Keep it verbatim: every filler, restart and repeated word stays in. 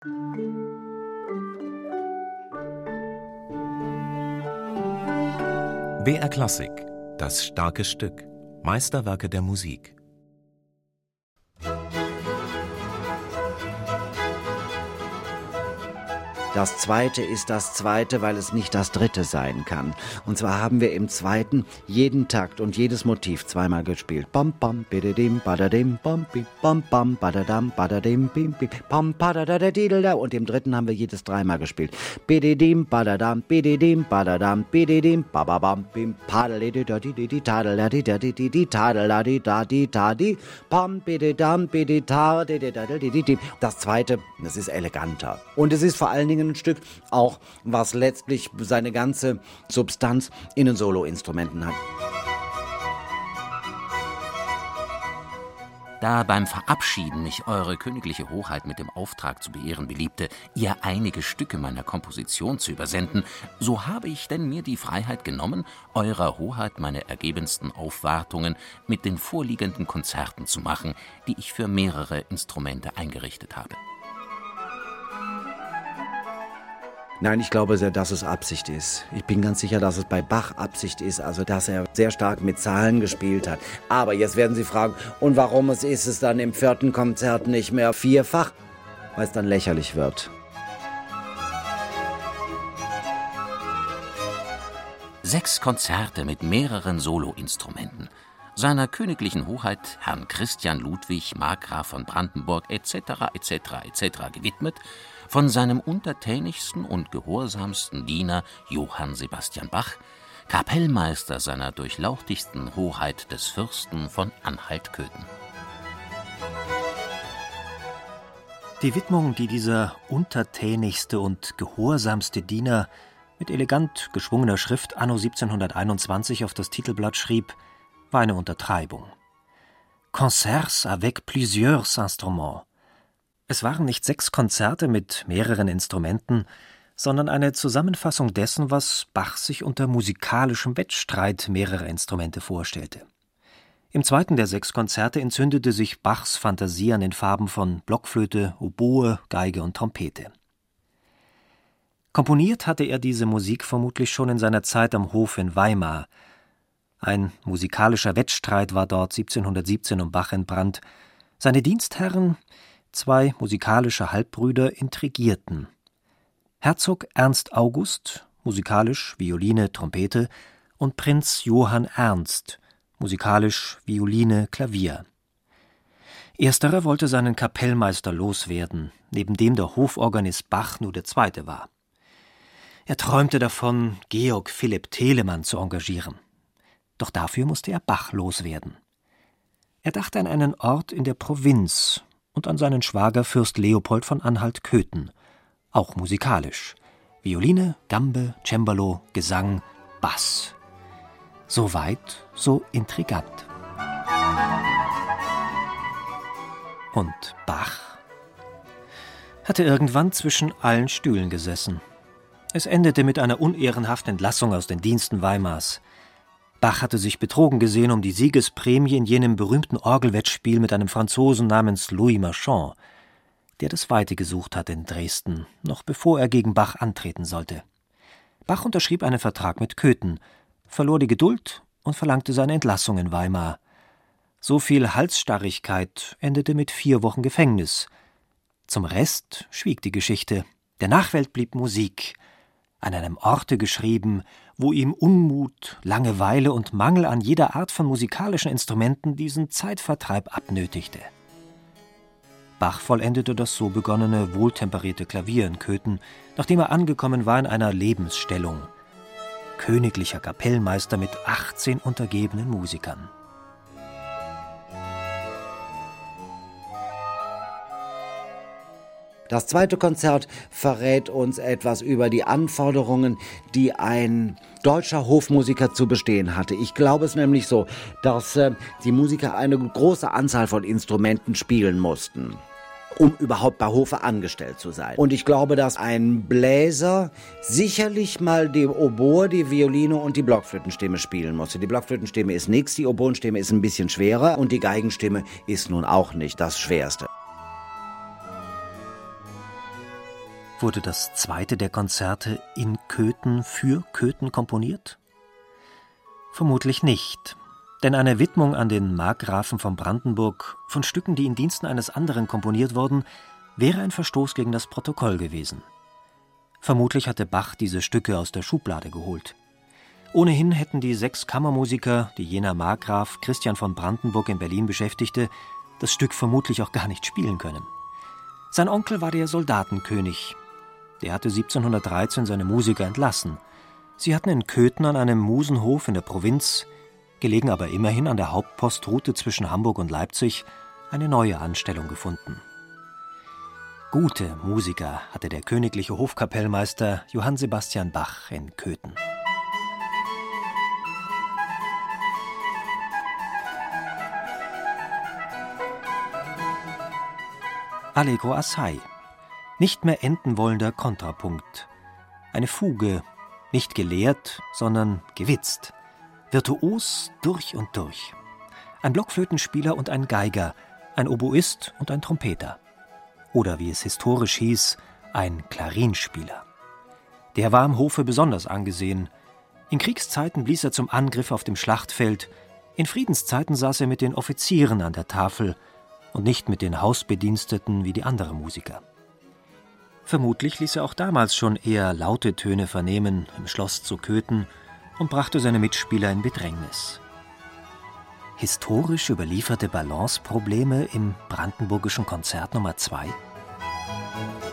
B R Klassik, das starke Stück, Meisterwerke der Musik. Das Zweite ist das Zweite, weil es nicht das Dritte sein kann. Und zwar haben wir im Zweiten jeden Takt und jedes Motiv zweimal gespielt. Bam, bam, bididim, badadim, bam, bim, bam, bam, badadam, badadim, bim, bim, bam, badadadadidel. Und im Dritten haben wir jedes dreimal gespielt. Bididim, badadam, bididim, badadam, bididim, bababam, bim, padeledidadididi, tadeladidadididi, tadeladidadidadi, pam, bididam, bididadidadididi. Das Zweite, das ist eleganter. Und es ist vor allen Dingen ein Stück, auch was letztlich seine ganze Substanz in den Soloinstrumenten hat. Da beim Verabschieden mich Eure Königliche Hoheit mit dem Auftrag zu beehren beliebte, ihr einige Stücke meiner Komposition zu übersenden, so habe ich denn mir die Freiheit genommen, Eurer Hoheit meine ergebensten Aufwartungen mit den vorliegenden Konzerten zu machen, die ich für mehrere Instrumente eingerichtet habe. Nein, ich glaube sehr, dass es Absicht ist. Ich bin ganz sicher, dass es bei Bach Absicht ist, also dass er sehr stark mit Zahlen gespielt hat. Aber jetzt werden Sie fragen, und warum ist es dann im vierten Konzert nicht mehr vierfach? Weil es dann lächerlich wird. Sechs Konzerte mit mehreren Soloinstrumenten. Seiner Königlichen Hoheit Herrn Christian Ludwig, Markgraf von Brandenburg et cetera et cetera et cetera gewidmet, von seinem untertänigsten und gehorsamsten Diener Johann Sebastian Bach, Kapellmeister seiner durchlauchtigsten Hoheit des Fürsten von Anhalt-Köthen. Die Widmung, die dieser untertänigste und gehorsamste Diener mit elegant geschwungener Schrift anno siebzehnhunderteinundzwanzig auf das Titelblatt schrieb, war eine Untertreibung. Concerts avec plusieurs instruments. Es waren nicht sechs Konzerte mit mehreren Instrumenten, sondern eine Zusammenfassung dessen, was Bach sich unter musikalischem Wettstreit mehrerer Instrumente vorstellte. Im zweiten der sechs Konzerte entzündete sich Bachs Fantasie an den Farben von Blockflöte, Oboe, Geige und Trompete. Komponiert hatte er diese Musik vermutlich schon in seiner Zeit am Hof in Weimar. Ein musikalischer Wettstreit war dort siebzehnhundertsiebzehn um Bach entbrannt. Seine Dienstherren, zwei musikalische Halbbrüder, intrigierten. Herzog Ernst August, musikalisch Violine, Trompete, und Prinz Johann Ernst, musikalisch Violine, Klavier. Ersterer wollte seinen Kapellmeister loswerden, neben dem der Hoforganist Bach nur der zweite war. Er träumte davon, Georg Philipp Telemann zu engagieren. Doch dafür musste er Bach loswerden. Er dachte an einen Ort in der Provinz und an seinen Schwager Fürst Leopold von Anhalt-Köthen, auch musikalisch. Violine, Gambe, Cembalo, Gesang, Bass. So weit, so intrigant. Und Bach hatte irgendwann zwischen allen Stühlen gesessen. Es endete mit einer unehrenhaften Entlassung aus den Diensten Weimars. Bach hatte sich betrogen gesehen um die Siegesprämie in jenem berühmten Orgelwettspiel mit einem Franzosen namens Louis Marchand, der das Weite gesucht hatte in Dresden, noch bevor er gegen Bach antreten sollte. Bach unterschrieb einen Vertrag mit Köthen, verlor die Geduld und verlangte seine Entlassung in Weimar. So viel Halsstarrigkeit endete mit vier Wochen Gefängnis. Zum Rest schwieg die Geschichte. Der Nachwelt blieb Musik, an einem Orte geschrieben, wo ihm Unmut, Langeweile und Mangel an jeder Art von musikalischen Instrumenten diesen Zeitvertreib abnötigte. Bach vollendete das so begonnene, wohltemperierte Klavier in Köthen, nachdem er angekommen war in einer Lebensstellung. Königlicher Kapellmeister mit achtzehn untergebenen Musikern. Das zweite Konzert verrät uns etwas über die Anforderungen, die ein deutscher Hofmusiker zu bestehen hatte. Ich glaube es nämlich so, dass äh, die Musiker eine große Anzahl von Instrumenten spielen mussten, um überhaupt bei Hofe angestellt zu sein. Und ich glaube, dass ein Bläser sicherlich mal die Oboe, die Violine und die Blockflötenstimme spielen musste. Die Blockflötenstimme ist nichts, die Oboenstimme ist ein bisschen schwerer und die Geigenstimme ist nun auch nicht das Schwerste. Wurde das zweite der Konzerte in Köthen für Köthen komponiert? Vermutlich nicht, denn eine Widmung an den Markgrafen von Brandenburg von Stücken, die in Diensten eines anderen komponiert wurden, wäre ein Verstoß gegen das Protokoll gewesen. Vermutlich hatte Bach diese Stücke aus der Schublade geholt. Ohnehin hätten die sechs Kammermusiker, die jener Markgraf Christian von Brandenburg in Berlin beschäftigte, das Stück vermutlich auch gar nicht spielen können. Sein Onkel war der Soldatenkönig. Der hatte siebzehnhundertdreizehn seine Musiker entlassen. Sie hatten in Köthen an einem Musenhof in der Provinz, gelegen aber immerhin an der Hauptpostroute zwischen Hamburg und Leipzig, eine neue Anstellung gefunden. Gute Musiker hatte der königliche Hofkapellmeister Johann Sebastian Bach in Köthen. Allegro assai. Nicht mehr enden wollender Kontrapunkt. Eine Fuge, nicht gelehrt, sondern gewitzt. Virtuos durch und durch. Ein Blockflötenspieler und ein Geiger, ein Oboist und ein Trompeter. Oder wie es historisch hieß, ein Klarinspieler. Der war am Hofe besonders angesehen. In Kriegszeiten blies er zum Angriff auf dem Schlachtfeld, in Friedenszeiten saß er mit den Offizieren an der Tafel und nicht mit den Hausbediensteten wie die anderen Musiker. Vermutlich ließ er auch damals schon eher laute Töne vernehmen im Schloss zu Köthen und brachte seine Mitspieler in Bedrängnis. Historisch überlieferte Balanceprobleme im Brandenburgischen Konzert Nummer zwei?